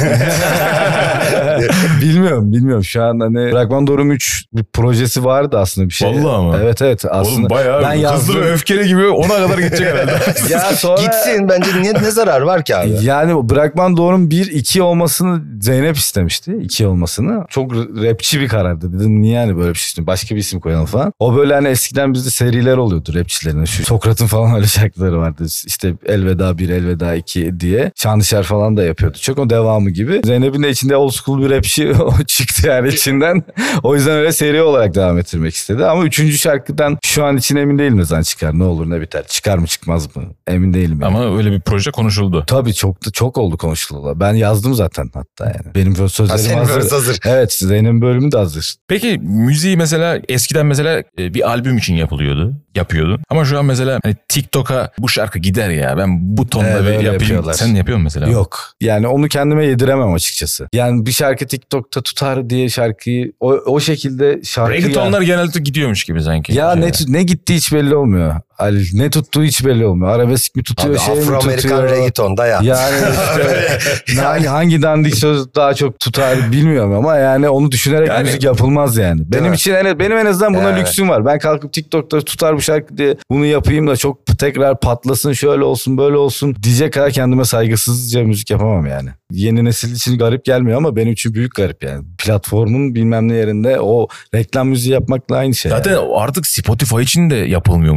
bilmiyorum bilmiyorum şu an hani Bırakman Doğru mu üç bir projesi vardı aslında bir şey.
Vallahi ama.
Evet evet aslında.
Oğlum bayağı
ben
hızlı
yazdım.
ve öfkeli gibi ona kadar gidecek herhalde.
Ya sonra...
gitsin bence niye ne zarar var ki abi?
Yani Bırakman Doğru'nun bir iki olmasını Zeynep istemişti. iki olmasını. Çok rapçi bir karardı. Dedim niye yani böyle bir şey istiyorum. Başka bir isim koyalım falan. O böyle hani eskiden bizde seriler oluyordu rapçilerin. Şu Sokrat'ın falan öyle şarkıları vardı. İşte Elveda bir Elveda iki diye. Şanlışer falan da yapıyordu. Çok o devamı gibi. Zeynep'in de içinde old school bir rapçi çıktı yani içinden. O yüzden öyle seri olarak devam ettirmek istedi. Ama üçüncü şarkıdan şu an için emin değilim ne zaman çıkar. Ne olur ne biter. Çıkar mı çıkmaz mı? Emin değilim. Yani.
Ama öyle bir proje konuşuldu.
Tabii çok da çok oldu konuşulalı. Ben yazdım zaten hatta yani. Benim
Ha,
sözlerim
senin
hazır.
verse hazır.
Evet Zeynep'in bölümü de hazır.
Peki müziği mesela eskiden mesela e, bir albüm için yapılıyordu. Yapıyordu. Ama şu an mesela hani TikTok'a bu şarkı gider ya ben bu tonda
Evet,
bir
öyle
yapayım.
yapıyorlar.
Sen yapıyor musun mesela?
Yok. Yani onu kendime yediremem açıkçası. Yani bir şarkı TikTok'ta tutar diye şarkıyı o, o şekilde şarkı...
Reggaetonlar genelde gidiyormuş gibi sanki.
Ya
Şey.
ne, ne gittiği hiç belli olmuyor. Ali, ne tuttuğu hiç belli olmuyor. Arabesk mi tutuyor
Abi
şey mi
Afro-Amerikan
tutuyor.
reggaeton da ya.
Yani işte hangi, hangi dandik söz daha çok tutar bilmiyorum ama yani onu düşünerek
Yani-
müzik yapılmaz yani. Benim
mi?
için en, benim en azından buna
Evet.
lüksüm var. Ben kalkıp TikTok'ta tutar bu şarkı diye bunu yapayım da çok tekrar patlasın şöyle olsun böyle olsun diyecek kadar kendime saygısızca müzik yapamam yani. Yeni nesil için garip gelmiyor ama benim için büyük garip yani. Platformun bilmem ne yerinde o reklam müziği yapmakla aynı şey.
Zaten
yani.
artık Spotify için de yapılmıyormuş gibi geliyor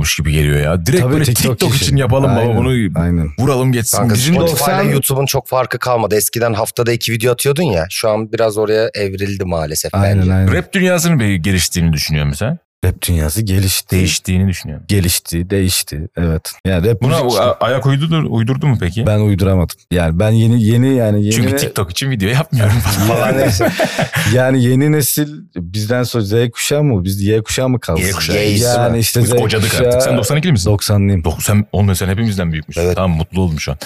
geliyor ya. Direkt
Tabii
böyle
TikTok
TikTok,
için.
için yapalım
Aynen,
baba bunu.
aynen.
Vuralım geçsin.
Kanka
Bizim
Spotify ile
doksan
YouTube'un çok farkı kalmadı. Eskiden haftada iki video atıyordun ya. Şu an biraz oraya evrildi maalesef
Aynen
bence.
aynen.
rap dünyasının bir geliştiğini düşünüyor musun sen?
Rap dünyası gelişti.
Değiştiğini düşünüyorum.
Gelişti, değişti. Evet. Yani rap
Buna
müzik-
a- ayak uydurdu, uydurdu mu peki?
ben uyduramadım. Yani ben yeni yeni yani yeni
Çünkü TikTok için video yapmıyorum
Falan neyse.
yani yeni nesil bizden sonra Z kuşağı mı? Biz Y kuşağı mı kaldı?
Y kuşağı.
Y'yiz
Yani
mi?
işte
Biz
Z
kocadık
kuşağı.
artık. Sen doksan ikili misin?
doksanlıyım.
Dok- Sen onunla sen hepimizden büyükmüş.
Evet.
Tamam mutlu oldum şu an.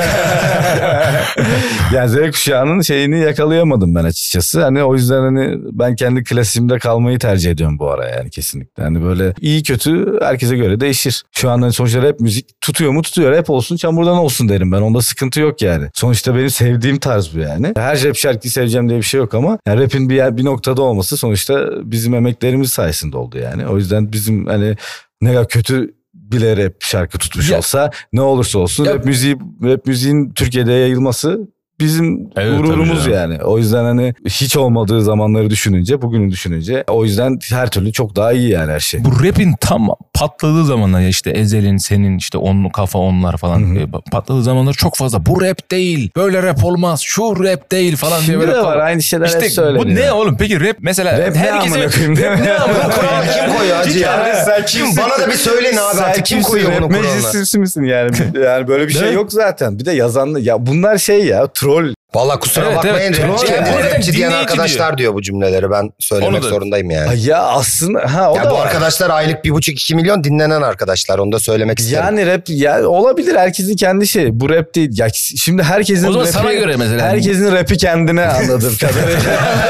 Yani Z kuşağının şeyini yakalayamadım ben açıkçası. Hani o yüzden hani ben kendi klasiğimde kalmayı tercih ediyorum bu ara yani kesinlikle. Hani böyle iyi kötü herkese göre değişir. Şu anda sonuçta rap müzik tutuyor mu tutuyor. Rap olsun çamurdan olsun derim ben. Onda sıkıntı yok yani. Sonuçta benim sevdiğim tarz bu yani. Her rap şarkıyı seveceğim diye bir şey yok ama yani rapin bir, yer, bir noktada olması sonuçta bizim emeklerimiz sayesinde oldu yani. O yüzden bizim hani ne kadar kötü bile rap şarkı tutmuş
Ya-
olsa ne olursa olsun
Ya-
rap müziği rap müziğin Türkiye'de yayılması bizim
Evet,
gururumuz
tabii
yani. O yüzden hani hiç olmadığı zamanları düşününce, bugünü düşününce o yüzden her türlü çok daha iyi yani her şey.
Bu rapin tam patladığı zamanlar ya işte Ezel'in, senin işte onlu kafa onlar falan
Hı hı.
e, patladığı zamanlar çok fazla bu rap değil, böyle rap olmaz, şu rap değil falan diye
Şimdi
böyle.
de var aynı şeyler hep
İşte
söyleniyor.
bu ne oğlum peki rap mesela
Rap ne
herkese
amına koyayım?
rap ne amına
Bu
koyayım?
Kur'an'ı kim koyuyor hacı ya? Kim? Bana da bir söyleyin abi artık kim koyuyor bunu Kur'an'a?
Meclisi misin yani? Yani böyle bir şey
Ne?
yok zaten. Bir de yazanlı ya bunlar şey ya troll.
Valla kusura
Evet,
bakmayın.
evet.
rapçi
Troll.
kendine
Evet,
rapçi diyen
dinleyici
arkadaşlar diyor. bu cümleleri. Ben söylemek
Onu da-
zorundayım yani.
Ay ya aslında ha o
Ya
da
bu
var.
arkadaşlar aylık bir buçuk iki milyon dinlenen arkadaşlar. Onu da söylemek isterim.
Yani rap ya olabilir herkesin kendi şeyi. Bu rap değil. Ya şimdi herkesin
O zaman
rapi,
sana göre mesela.
herkesin rapi kendine anladığım kadarıyla.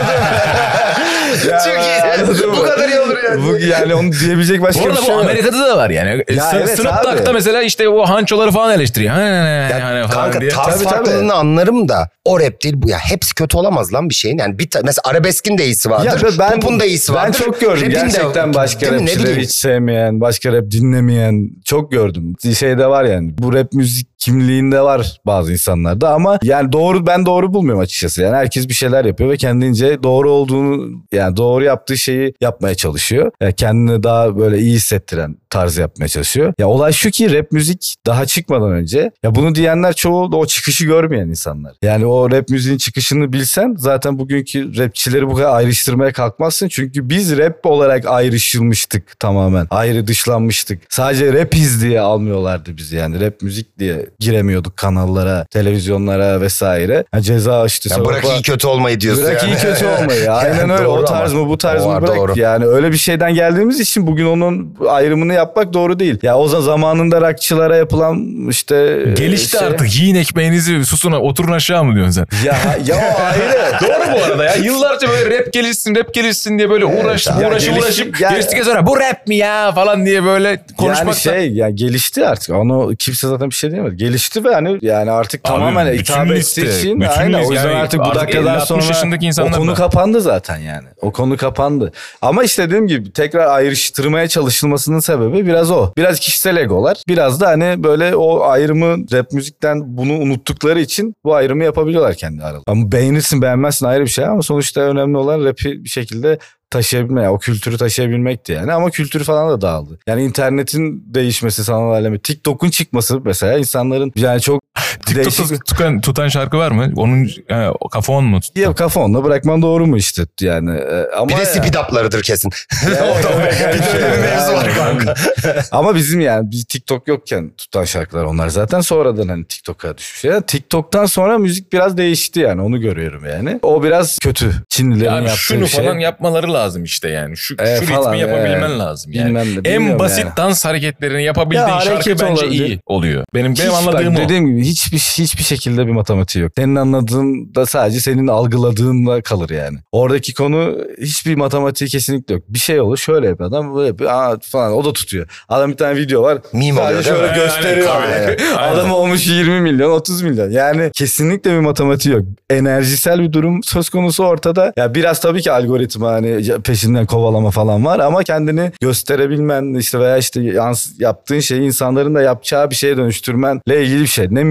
Ya,
Çok iyi.
anladın mı?
Bu kadar iyi olur yani.
Bu, yani onu diyebilecek başka
Bu
bir
arada
şey
bu
yok.
Amerika'da da var yani.
Ya
S-
evet
Snoop
abi.
Dogg'da mesela işte o hançoları falan eleştiriyor. Ha, ha,
Ya
ha, falan
kanka
diye.
tarz
Tabii,
farklılığını
tabii.
anlarım da o rap değil bu ya. Hepsi kötü olamaz lan bir şeyin. Yani bir ta- mesela arabeskin de iyisi vardır.
Ya ben,
popun da iyisi
ben
vardır.
çok gördüm
rapin de-
gerçekten başka
Değil mi? Ne
rapçileri
bileyim.
hiç sevmeyen, başka rap dinlemeyen çok gördüm. Şeyde var yani bu rap müzik kimliğinde var bazı insanlarda ama yani doğru ben doğru bulmuyorum açıkçası. Yani herkes bir şeyler yapıyor ve kendince doğru olduğunu yani doğru yaptığı şeyi yapmaya çalışıyor. Yani kendini daha böyle iyi hissettiren tarzı yapmaya çalışıyor. Ya olay şu ki rap müzik daha çıkmadan önce ya bunu diyenler çoğu da o çıkışı görmeyen insanlar. Yani o rap müziğin çıkışını bilsen zaten bugünkü rapçileri bu kadar ayrıştırmaya kalkmazsın. Çünkü biz rap olarak ayrışılmıştık tamamen. Ayrı dışlanmıştık. Sadece rapiz diye almıyorlardı bizi yani. Rap müzik diye giremiyorduk kanallara, televizyonlara vesaire. Yani ceza işte.
Ya bırak iyi kötü olmayı diyorsun
Bırak
yani.
iyi kötü olmayı. Aynen
Yani
öyle.
doğru
O tarz
ama.
mı bu tarz
O
mı
var,
bırak.
doğru.
Yani öyle bir şeyden geldiğimiz için bugün onun ayrımını yapmak doğru değil. Ya o zaman zamanında rockçılara yapılan işte
Gelişti
şey-
artık. Yiyin ekmeğinizi susun oturun aşağı mı diyorsun sen?
Ya ya o ayrı.
Doğru bu arada ya. Yıllarca böyle rap gelişsin, rap gelişsin diye böyle uğraş,
abi. Ya
uğraşıp
gelişim-
uğraşıp
ya-
geliştikten sonra bu rap mi ya falan diye böyle konuşmak.
Yani şey ya gelişti artık. Onu kimse zaten bir şey diyemez. Gelişti ve hani yani artık
Abi,
tamamen
bütün
hitap ettiği
liste,
için
bütün
aynen o
liste
yüzden
yani
artık bu
artık
dakikadan
elli altmış
sonra
yaşındaki
o
insanlar
konu
da.
kapandı zaten yani. O konu kapandı. Ama işte dediğim gibi tekrar ayrıştırmaya çalışılmasının sebebi biraz o. Biraz kişisel egolar. Biraz da hani böyle o ayrımı rap müzikten bunu unuttukları için bu ayrımı yapabiliyorlar kendi aralarında. Ama beğenirsin beğenmezsin ayrı bir şey ama sonuçta önemli olan rapi bir şekilde taşıyabilmek, o kültürü taşıyabilmekti yani. Ama kültürü falan da dağıldı. Yani internetin değişmesi, sanal alemi, TikTok'un çıkması mesela insanların yani çok değişik...
TikTok'ta tutan, tutan şarkı var mı? Onun e, kafa on mu? tuttu?
Ya kafa onunla bırakman doğru mu işte yani. Ee, ama
Bir de
ya-
speed up'larıdır kesin.
Ya,
O da
evet,
bir de öyle bir mevzu var kanka.
Ama bizim yani biz TikTok yokken tutan şarkılar onlar zaten sonradan hani TikTok'a düşmüş. Yani TikTok'tan sonra müzik biraz değişti yani onu görüyorum yani. O biraz kötü. Çinlilerin
Yani
yaptığı
şunu
bir şey.
falan yapmaları lazım işte yani. Şu,
E,
şu
falan,
ritmi yapabilmen
e,
lazım yani.
bilmem ne,
En
bilmiyorum
basit
yani.
dans hareketlerini yapabildiğin
Ya,
şarkı
hareket
bence
olabilir.
iyi oluyor. Benim
Hiç
benim
bak,
anladığım o.
dediğim gibi hiçbir hiçbir şekilde bir matematiği yok. Senin anladığın da sadece senin algıladığınla kalır yani. Oradaki konu hiçbir matematiği kesinlikle yok. Bir şey olur şöyle yapıyor adam böyle yapıyor aa, falan o da tutuyor. Adam bir tane video var.
Meme
sadece
oluyor değil
şöyle
mi?
gösteriyor.
Aynen,
böyle.
aynen.
Adam olmuş yirmi milyon otuz milyon. Yani kesinlikle bir matematiği yok. Enerjisel bir durum söz konusu ortada. Ya biraz tabii ki algoritma hani peşinden kovalama falan var ama kendini gösterebilmen işte veya işte yans- yaptığın şeyi insanların da yapacağı bir şeye dönüştürmenle ilgili bir şey. Ne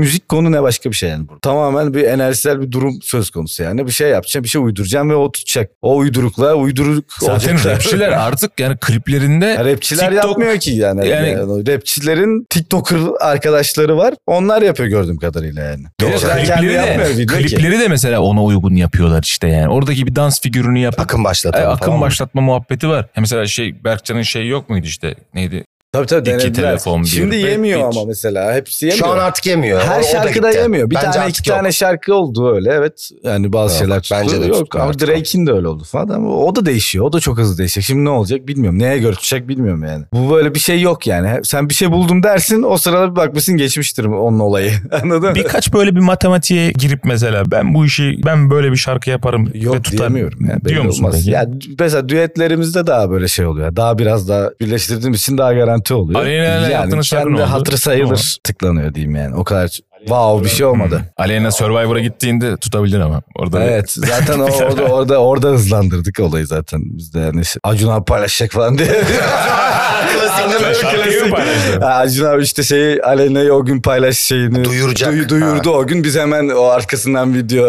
müzik konu ne başka bir şey yani. Burada. Tamamen bir enerjisel bir durum söz konusu yani. Bir şey yapacağım, bir şey uyduracağım ve o tutacak. O uydurukla uyduruk
Zaten
olacaklar.
rapçiler artık yani kliplerinde
Ya rapçiler
TikTok-
yapmıyor ki yani.
Yani-
yani. Rapçilerin TikToker arkadaşları var. Onlar yapıyor gördüğüm kadarıyla yani.
Evet,
Rapçiler kendi
klipleri,
yapmıyor
de,
video ki.
klipleri de mesela ona uygun yapıyorlar işte yani. Oradaki bir dans figürünü yapıp
Akım
e,
başlatalım.
akım
falan mı?
başlatma muhabbeti var. Ya mesela şey Berkcan'ın şeyi yok muydu işte neydi?
Tabii tabii
İki
denediler.
telefon, bir
Şimdi
bad
yemiyor
bitch.
ama mesela. Hepsi yemiyor.
Şu an artık yemiyor. O-
her
o da
şarkıda
gitti.
yemiyor. Bir
Bence
tane
artık
iki
yok.
tane şarkı oldu öyle. Evet. Yani bazı
Yok,
şeyler tuttu.
bence de
yok.
tutmuyor
Ama
artık
Drake'in de öyle oldu falan. Ama o da değişiyor. O da çok hızlı değişecek. Şimdi ne olacak bilmiyorum. Neye göre tutacak bilmiyorum yani. Bu böyle bir şey yok yani. Sen bir şey buldum dersin. O sırada bir bakmışsın geçmiştir onun olayı. Anladın mı?
Birkaç böyle bir matematiğe girip mesela ben bu işi ben böyle bir şarkı yaparım ve
Yok
tutarım.
diyemiyorum. Yani,
Diyor
belli
musun
olmaz.
peki?
Ya mesela düetlerimizde daha böyle şey oluyor. Daha biraz daha birleştirdiğimiz için daha garanti oluyor.
Aleyna'yla yaptığınız şarkı
kendi
ne oldu?
hatırı sayılır
Tamam.
tıklanıyor diyeyim yani. O kadar wow bir şey olmadı.
Hmm. Aleyna Survivor'a gittiğinde tutabilir ama. Orada bir-
Evet zaten o, orada orada orada hızlandırdık olayı zaten. Biz de yani Acun abi paylaşacak falan diye.
Şarkıyı mı paylaştın?
Ha, Acun abi işte şeyi Aleyna'yı o gün paylaş şeyini
Duyuracak.
duy- duyurdu o gün. Biz hemen o arkasından video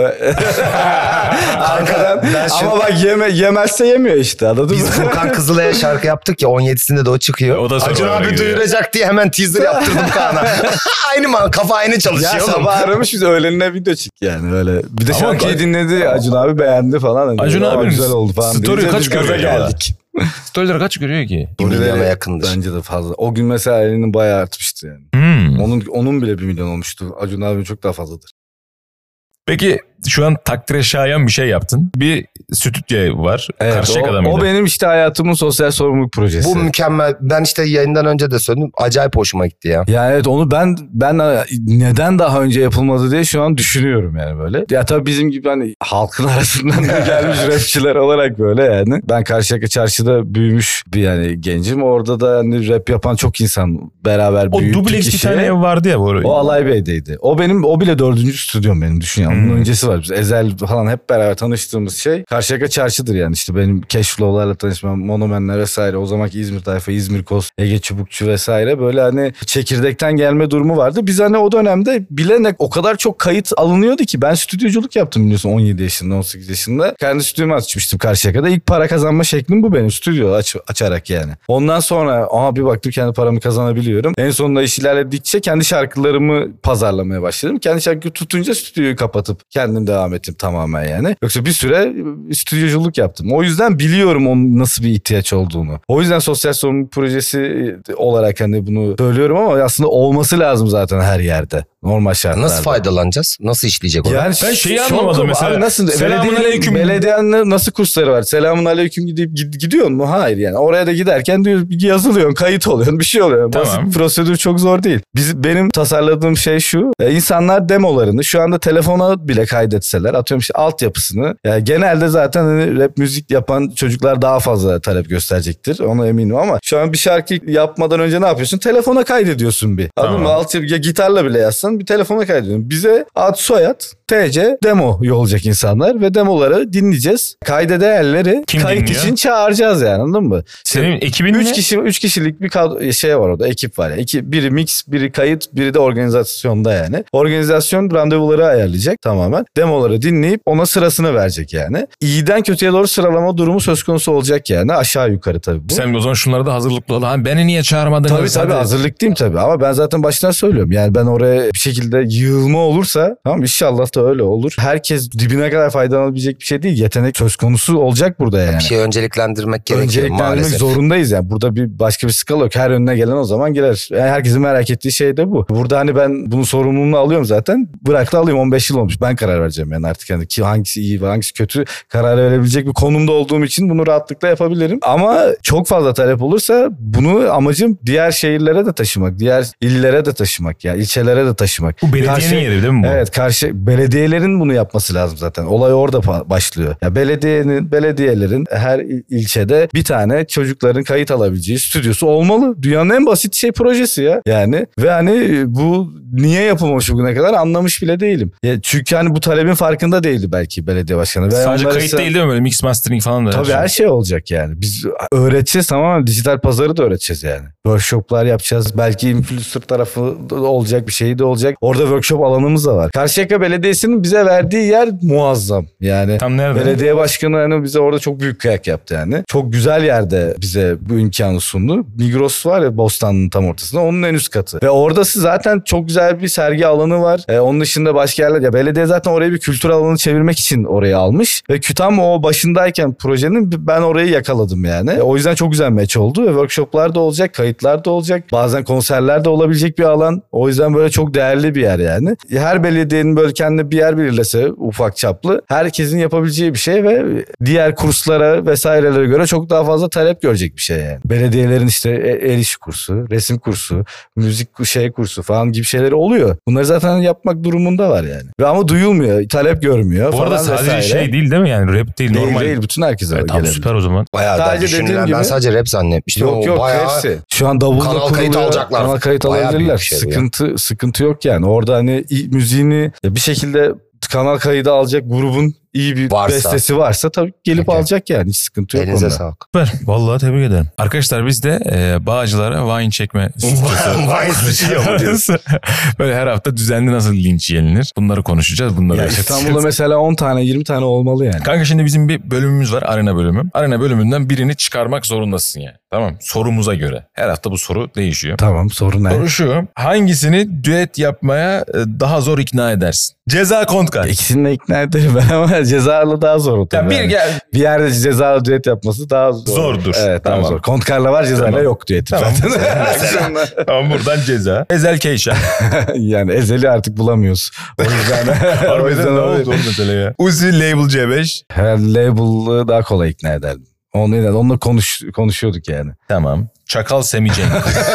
arkadan
ben şu-
ama bak yeme, yemezse yemiyor işte anladın mı?
Biz Furkan Kızılay'a şarkı yaptık ya on yedisinde de o çıkıyor.
O da
Acun
Survivor'a
abi
gidiyor.
duyuracak diye hemen teaser yaptırdım Kaan'a. aynı mı? Kafa aynı
Ya
çalışıyor oğlum.
sabah aramış biz öğlenine video çık yani öyle. Bir de
Ama
şarkıyı
bak-
dinledi Acun abi beğendi falan. Hani
Acun
"Aa,
abinin
güzel oldu falan.
story
deyince
kaç
biz gaza
görüyor ya?
geldik.
Storyler kaç görüyor ki?
Bir milyona
Storyleri
yakındır.
Bence de fazla. O gün mesela elinin bayağı artmıştı yani.
Hmm.
Onun onun bile bir milyon olmuştu. Acun abi çok daha fazladır.
Peki şu an takdire şayan bir şey yaptın. Bir stüdyo var. Karşıyaka'da
o,
mıydı?
o benim işte hayatımın sosyal sorumluluk projesi.
Bu mükemmel. Ben işte yayından önce de söyledim. Acayip hoşuma gitti ya.
Yani evet onu ben ben neden daha önce yapılmadı diye şu an düşünüyorum yani böyle. Ya tabii bizim gibi hani halkın arasından da gelmiş rapçiler olarak böyle yani. Ben Karşıyaka Çarşı'da büyümüş bir yani gencim. Orada da hani rap yapan çok insan beraber
O
büyüttük
dubleks bir
işi.
tane ev vardı ya. Bu
O Alay Bey'deydi. O benim o bile dördüncü stüdyom benim düşün ya. Onun
Hmm.
öncesi var. Biz Ezel falan hep beraber tanıştığımız şey. Karşıyaka Çarşı'dır yani işte benim Cashflow'larla tanışmam, Monomen'ler vesaire. O zamanki İzmir tayfa, İzmir Kos, Ege Çubukçu vesaire böyle hani çekirdekten gelme durumu vardı. Biz hani o dönemde bile o kadar çok kayıt alınıyordu ki ben stüdyoculuk yaptım biliyorsun on yedi yaşında, on sekiz yaşında. Kendi stüdyomu açmıştım Karşıyaka'da. İlk para kazanma şeklim bu benim stüdyo aç, açarak yani. Ondan sonra aha bir baktım kendi paramı kazanabiliyorum. En sonunda iş ilerledikçe kendi şarkılarımı pazarlamaya başladım. Kendi şarkıyı tutunca stüdyoyu kapatıp kendim devam ettim tamamen yani. Yoksa bir süre stüdyoculuk yaptım. O yüzden biliyorum onun nasıl bir ihtiyaç olduğunu. O yüzden sosyal sorumluluk projesi olarak hani bunu söylüyorum ama aslında olması lazım zaten her yerde. Normal şartlarda.
Nasıl faydalanacağız? Nasıl işleyecek o?
Yani
Ben şeyi
çok-
anlamadım mesela.
Abi nasıl?
Selamun
Belediyenin,
aleyküm.
belediyenin nasıl kursları var? Selamun aleyküm gidip gid- gidiyor mu? Hayır yani. Oraya da giderken diyor yazılıyorsun, kayıt oluyorsun, bir şey oluyor.
Tamam.
Basit bir prosedür çok zor değil. Biz benim tasarladığım şey şu. E, insanlar demolarını şu anda telefona bile kaydetseler atıyorum işte altyapısını. Yani genelde zaten hani rap müzik yapan çocuklar daha fazla talep gösterecektir. Ona eminim ama şu an bir şarkı yapmadan önce ne yapıyorsun? Telefona kaydediyorsun bir. Anladın
Tamam.
mı? Altyapı ya gitarla bile yazsan bir telefona kaydediyorsun. Bize ad soyad T C demo yollayacak insanlar ve demoları dinleyeceğiz. Kaydedenleri
Kim
kayıt
dinliyor?
için çağıracağız yani anladın mı?
Senin ekibin
Üç
ne?
kişi üç kişilik bir kadro, şey var orada ekip var yani. İki, biri mix, biri kayıt, biri de organizasyonda yani. Organizasyon randevuları ayarlayacak tamamen. Demoları dinleyip ona sırasını verecek yani. İyiden kötüye doğru sıralama durumu söz konusu olacak yani. Aşağı yukarı tabii bu.
Sen o zaman şunları da hazırlıklı ol. Ha, beni niye çağırmadınız?
Tabii tabii
Hadi.
hazırlıklıyım tabii ama ben zaten baştan söylüyorum. Yani ben oraya bir şekilde yığılma olursa tamam inşallah da öyle olur. Herkes dibine kadar faydalanabilecek bir şey değil. Yetenek söz konusu olacak burada yani.
Bir şey önceliklendirmek gerekiyor
Önceliklendirmek
maalesef.
zorundayız yani. Burada bir başka bir skala yok. Her önüne gelen o zaman girer. Yani herkesin merak ettiği şey de bu. Burada hani ben bunun sorumluluğunu alıyorum zaten. Bırak da alayım on beş yıl olmuş. Ben karar vereceğim yani artık hani ki hangisi iyi ve hangisi kötü karar verebilecek bir konumda olduğum için bunu rahatlıkla yapabilirim. Ama çok fazla talep olursa bunu amacım diğer şehirlere de taşımak. Diğer illere de taşımak. Yani ilçelere de taşımak.
Bu belediyenin
Karşı-
yeri değil mi bu?
Evet karşı belediye belediyelerin bunu yapması lazım zaten. Olay orada pa- başlıyor. Ya belediyenin, belediyelerin her il- ilçede bir tane çocukların kayıt alabileceği stüdyosu olmalı. Dünyanın en basit şey projesi ya. Yani ve hani bu niye yapılmamış bugüne kadar anlamış bile değilim. Ya çünkü hani bu talebin farkında değildi belki belediye başkanı. Ve
Sadece
onları
kayıt
sa-
değil değil mi? Böyle mix mastering falan da.
Tabii her şey olacak yani. Biz öğreteceğiz, tamamen dijital pazarı da öğreteceğiz yani. Workshoplar yapacağız. Belki influencer tarafı da olacak, bir şey de olacak. Orada workshop alanımız da var. Karşıyaka Belediyesi'nin bize verdiği yer muazzam. Yani
Tam nerede?
belediye başkanı hani bize orada çok büyük kıyak yaptı yani. Çok güzel yerde bize bu imkanı sundu. Migros var ya Bostanlı'nın tam ortasında. Onun en üst katı. Ve orada zaten çok güzel bir sergi alanı var. Ee, onun dışında başka yerler. Ya belediye zaten orayı bir kültür alanı çevirmek için orayı almış. Ve tam o başındayken projenin ben orayı yakaladım yani. E, o yüzden çok güzel match oldu. Ve workshoplar da olacak, kayıtlar da olacak. Bazen konserler de olabilecek bir alan. O yüzden böyle çok değerli bir yer yani. Her belediyenin böyle kendine bir yer belirlese ufak çaplı, herkesin yapabileceği bir şey ve diğer kurslara vesairelere göre çok daha fazla talep görecek bir şey yani. Belediyelerin işte el işi kursu, resim kursu, müzik şey kursu falan gibi şeyleri oluyor. Bunları zaten yapmak durumunda var yani. Ve ama duyulmuyor, talep görmüyor
Bu
falan
arada sadece
vesaire.
şey değil değil mi yani rap değil,
Değil
normal.
değil, bütün herkese
Evet, tamam,
gelebilir.
süper o zaman.
Bayağı da
Sadece
düşünülen.
dediğim
Ben
gibi-
sadece rap zannetmiştim.
Yok
O
yok
bayağı
hepsi. Şu an davulda
kanal kayıt
kuruluyor.
alacaklar.
Kanal kayıt
Bayağı
alabilirler.
büyük bir şey bu ya.
Sıkıntı sıkıntı yok yani. Orada hani i- müziğini bir şekilde kanal kaydı alacak grubun iyi bir
Varsa.
bestesi varsa tabii gelip
Okey.
alacak yani. Hiç sıkıntı yok
elinize
onda.
sağlık.
Süper. Vallahi tebrik ederim. Arkadaşlar biz de e, Bağcılar'a wine çekme stüdyosu
Vay sıçıyor mu diyorsun?
Böyle her hafta düzenli nasıl linç yenilir? Bunları konuşacağız. Bunları
Ya
yaşatacağız.
İstanbul'da mesela on tane yirmi tane olmalı yani.
Kanka şimdi bizim bir bölümümüz var. Arena bölümü. Arena bölümünden birini çıkarmak zorundasın yani. Tamam. Sorumuza göre. Her hafta bu soru değişiyor.
Tamam, sorun ne?
Soru şu. Hangisini düet yapmaya e, daha zor ikna edersin? Ceza Kontkar.
İkisini de ikna ederim ben ama cezalı daha zor o
Ya
tabii.
bir
yani.
gel.
Bir yerde cezalı düet yapması daha zor.
Zordur.
Evet, daha
Tamam.
zor. Kontkar'la var, cezayla
Tamam.
yok düetim
Tamam.
zaten.
Tamam buradan ceza. Ezel Keyşan.
Yani Ezel'i artık bulamıyoruz. O yüzden, o
Harbiden
yüzden
ne
o-
oldu o mesele ya? Uzi Label C beş.
Her label'ı daha kolay ikna ederdim. Onunla, onunla konuş, konuşuyorduk yani.
Tamam. Çakal Semi Cenk.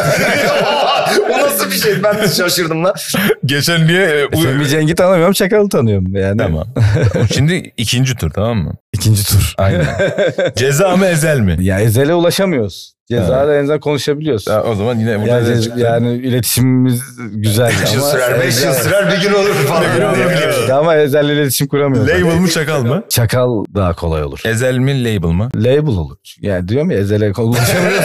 O nasıl bir şey? Ben de şaşırdım lan.
Geçen niye? e, u-
Semih Cenk'i tanımıyorum, Çakal'ı tanıyorum. Yani
Tamam. Şimdi ikinci tur tamam mı?
ikinci tur.
Aynen. Ceza mı Ezel mi?
Ya Ezel'e ulaşamıyoruz. Cezada en azından konuşabiliyoruz.
Ya, o zaman yine burada
Yani,
Ezel
yani,
çıktı.
yani iletişimimiz güzel.
beş yıl
ama
sürer, beş yıl
Ezel-
sürer bir gün olur falan. Ne bileyim.
Ama Ezel'le iletişim kuramıyoruz.
Label mı Çakal mı?
Çakal daha kolay olur.
Ezel mi Label mı?
Label olur. Yani diyorum ya Ezel'e ulaşamıyoruz.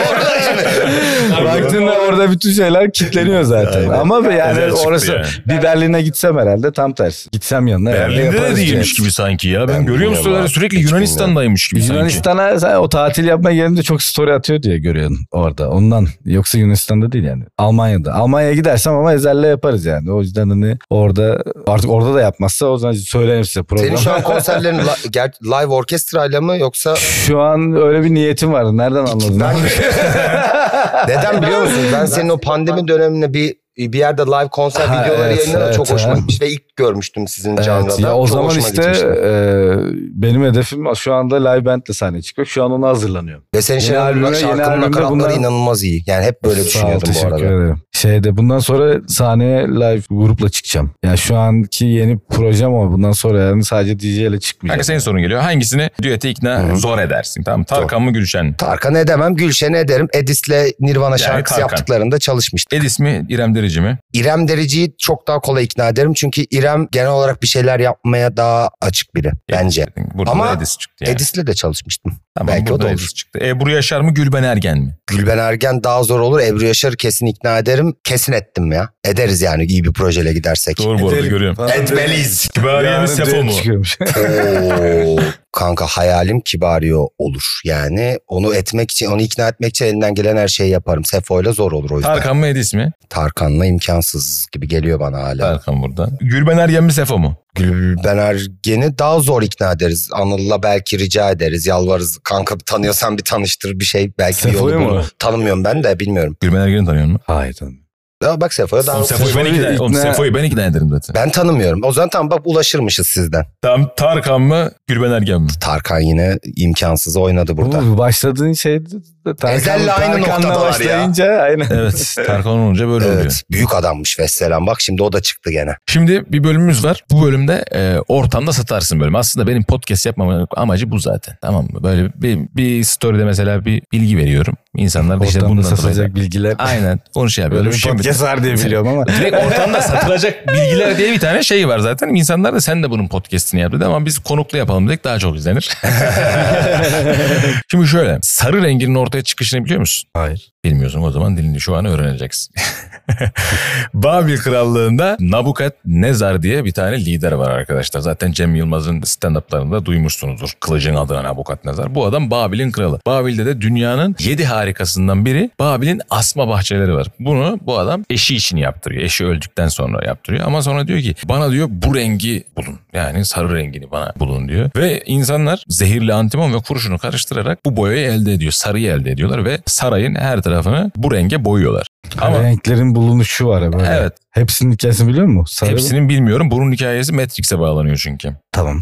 Baktığında orada bütün şeyler kilitleniyor zaten.
Aynen.
Ama yani
Ezel çıktı
orası
yani.
bir Berlin'e gitsem herhalde tam tersi. Gitsem yanına herhalde
Berlin'de de
yaparız
değilmiş
yani.
gibi sanki ya. Ben,
Ben
görüyorum
bilmiyorum
storyleri
abi.
sürekli
Hiç
Yunanistan'daymış gibi sanki.
Yunanistan'a sen o tatil yapmaya gelince çok story atıyor diye görüyorsun orada. Ondan. Yoksa Yunanistan'da değil yani. Almanya'da. Almanya'ya gidersem ama Ezel'le yaparız yani. O yüzden hani orada artık orada da yapmazsa o zaman söylerim size program.
Senin şu an konserlerin li- ger- live orkestrayla mı yoksa
Şu an öyle bir niyetim vardı. Nereden anladın?
ben neden biliyor musun? Ben senin o pandemi döneminde bir bir yerde live konser
Ha,
videoları
evet,
yayınladı
evet,
çok hoşuma
evet.
gitmiş ve ilk görmüştüm sizin
Evet,
canlıda.
ya o
Çok
zaman
hoşuma
işte
gitmişti.
e, benim hedefim şu anda live bandle sahneye çıkıyor. Şu an ona hazırlanıyorum.
Ve senin
yeni
şey
albüme- yeni
şarkının
albümde
nakaratları
bundan-
inanılmaz iyi. Yani hep böyle
Sağ ol,
düşünüyordum bu
teşekkür
arada.
ederim. Şeyde bundan sonra sahneye live grupla çıkacağım. Yani şu anki yeni projem ama bundan sonra yani sadece D J ile
Kanka
çıkmayacağım.
senin sorun geliyor. Hangisini düete ikna
Hı-hı.
zor edersin? Tamam mı? Tarkan mı Gülşen mi?
Tarkan'ı edemem, Gülşen'i ederim. Edis'le Nirvana şarkısı
Tarkan.
yaptıklarında çalışmıştım.
Edis mi İrem Derici mi?
İrem Derici'yi çok daha kolay ikna ederim. Çünkü İrem genel olarak bir şeyler yapmaya daha açık biri bence.
Burada
Ama
da Edis çıktı yani.
Edis'le de çalışmıştım.
Tamam,
belki o
burada
da olur.
Edis çıktı. Ebru Yaşar mı Gülben Ergen mi?
Gülben Ergen daha zor olur. Ebru Yaşar'ı kesin ikna ederim. Kesin ettim ya. Ederiz yani iyi bir projeyle gidersek.
Doğru bu arada görüyorum.
Falan
Etmeliyiz.
Kibariye mi
Yarın
Sefo
düet
mu?
çıkıyormuş.
Oo, kanka hayalim Kibaryo olur. Yani onu etmek için, onu ikna etmek için elinden gelen her şeyi yaparım. Sefo'yla zor olur o yüzden.
Tarkan mı Edis mi?
Tarkan'la imkansız gibi geliyor bana hala.
Tarkan burada. Gülben Ergen mi Sefo mu?
Gülben Ergen'i daha zor ikna ederiz. Anıl'la belki rica ederiz, yalvarırız. Kanka tanıyorsan bir tanıştır bir şey. Belki bir yolu
Sefo'yu mu?
bulur. Tanımıyorum ben de bilmiyorum.
Gülben Ergen'i tanıyor musun?
Hayır tanımıyorum.
Ya bak Sefo'ya daha...
Oğlum Sefo'yu ben
Sefo'yu
ikna, oğlum
ikna-
Sefo'yu ben ikna ederim zaten.
Ben tanımıyorum. O zaman tamam bak ulaşırmışız sizden.
Tamam Tarkan mı Gülben Ergen mi?
Tarkan yine imkansız oynadı burada.
Bu başladığın şey
Ezel'le aynı
Tarkan'la
noktadalar ya.
başlayınca aynen.
Evet, Tarkan olunca böyle oluyor.
Evet. Büyük adammış Vesselam. Bak şimdi o da çıktı gene.
Şimdi bir bölümümüz var. Bu bölümde e, ortamda satarsın bölümü. Aslında benim podcast yapmamın amacı bu zaten. Tamam mı? Böyle bir, bir story'de mesela bir bilgi veriyorum. İnsanlar da işte
Ortamda
bundan
satılacak
dolayı.
bilgiler.
Aynen. Onu şey
Böyle
yapıyorum.
bir
Şimdi
podcast var diye biliyorum ama.
direkt ortamda satılacak bilgiler diye bir tane şey var zaten. İnsanlar da sen de bunun podcast'ini yap dedi ama biz konuklu yapalım dedik, daha çok izlenir. Şimdi şöyle, sarı renginin ortaya çıkışını biliyor musun?
Hayır.
Bilmiyorsun, o zaman dilini şu an öğreneceksin. Babil Krallığı'nda Nabukadnezar diye bir tane lider var arkadaşlar. Zaten Cem Yılmaz'ın stand-up'larında duymuşsunuzdur. Kılıcın adına Nabukadnezar. Bu adam Babil'in kralı. Babil'de de dünyanın yedi harikasından biri Babil'in asma bahçeleri var. Bunu bu adam eşi için yaptırıyor. Eşi öldükten sonra yaptırıyor. Ama sonra diyor ki bana diyor bu rengi bulun. Yani sarı rengini bana bulun diyor. Ve insanlar zehirli antimon ve kurşunu karıştırarak bu boyayı elde ediyor. Sarıyı elde ediyorlar ve sarayın her tarafını bu renge boyuyorlar. Ama
renklerin bulunuşu var ya böyle.
evet.
Hepsinin hikayesini biliyor musun? Sarı mı?
Hepsinin bilmiyorum. Bunun hikayesi Matrix'e bağlanıyor çünkü.
Tamam.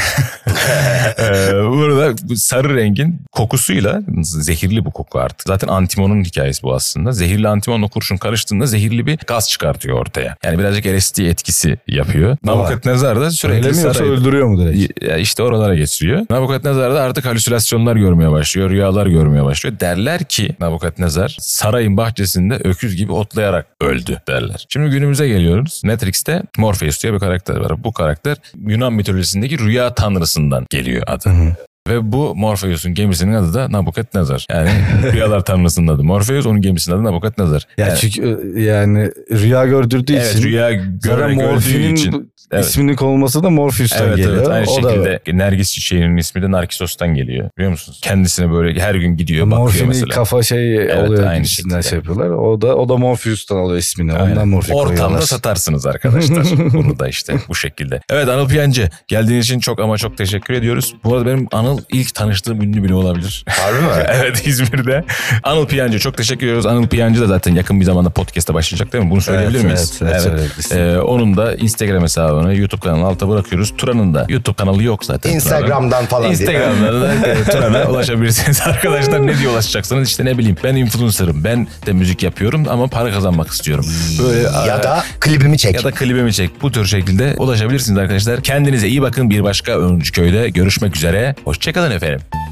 ee, burada bu sarı rengin kokusuyla, zehirli bu koku artık. Zaten antimonun hikayesi bu aslında. Zehirli antimonla kurşun karıştığında zehirli bir gaz çıkartıyor ortaya. Yani birazcık L S D etkisi yapıyor. Nabukadnezar da sürekli
Öyle mi yoksa
sarayı...
öldürüyor mu direkt?
Ya işte oralara geçiyor. Nabukadnezar da artık halüsinasyonlar görmeye başlıyor, rüyalar görmeye başlıyor. Derler ki Nabukadnezar sarayın bahçesinde öküz gibi otlayarak öldü derler. Şimdi günümüze geliyoruz. Matrix'te Morpheus diye bir karakter var. Bu karakter Yunan mitolojisindeki rüya tanrısından geliyor adı. Hı hı. Ve bu Morpheus'un gemisinin adı da Nabukadnezar. Yani rüyalar tanrısının adı Morpheus, onun gemisinin adı Nabukadnezar.
Ya
yani,
çünkü yani rüya gördürdüğü
evet,
için.
rüya görerek öldüğü için.
Evet. İsminin konulması da Morpheus'tan
evet,
geliyor.
Evet, aynı
o
şekilde da... Nergis çiçeğinin ismi de Narkissos'tan geliyor. Biliyor musunuz? Kendisine böyle her gün gidiyor, bakıyor
Morfin'in
mesela.
kafa şey
evet,
oluyor gibisinden şey yapıyorlar. O da o da Morpheus'tan alıyor ismini. Aynen. Ondan Morpheus koyuyorlar.
Ortamda satarsınız arkadaşlar. Bunu da işte bu şekilde. Evet Anıl Piyancı, geldiğin için çok ama çok teşekkür ediyoruz. Bu arada benim Anıl ilk tanıştığım ünlü bile olabilir.
Harbi mi?
Evet, İzmir'de. Anıl Piyancı çok teşekkür ediyoruz. Anıl Piyancı da zaten yakın bir zamanda podcast'a başlayacak değil mi? Bunu söyleyebilir
evet,
miyiz?
Evet. evet, evet.
Ee, onun da Instagram hesabını, YouTube kanalına alta bırakıyoruz. Turan'ın da YouTube kanalı yok zaten.
Instagram'dan falan.
Instagram'dan da Turan'a ulaşabilirsiniz. Arkadaşlar ne diye ulaşacaksınız? İşte ne bileyim, ben influencer'ım. Ben de müzik yapıyorum ama para kazanmak istiyorum. Böyle
ya da klibimi çek.
Ya da klibimi çek. Bu tür şekilde ulaşabilirsiniz arkadaşlar. Kendinize iyi bakın. Bir başka Öncüköy'de görüşmek üzere. Hoşçakalın efendim.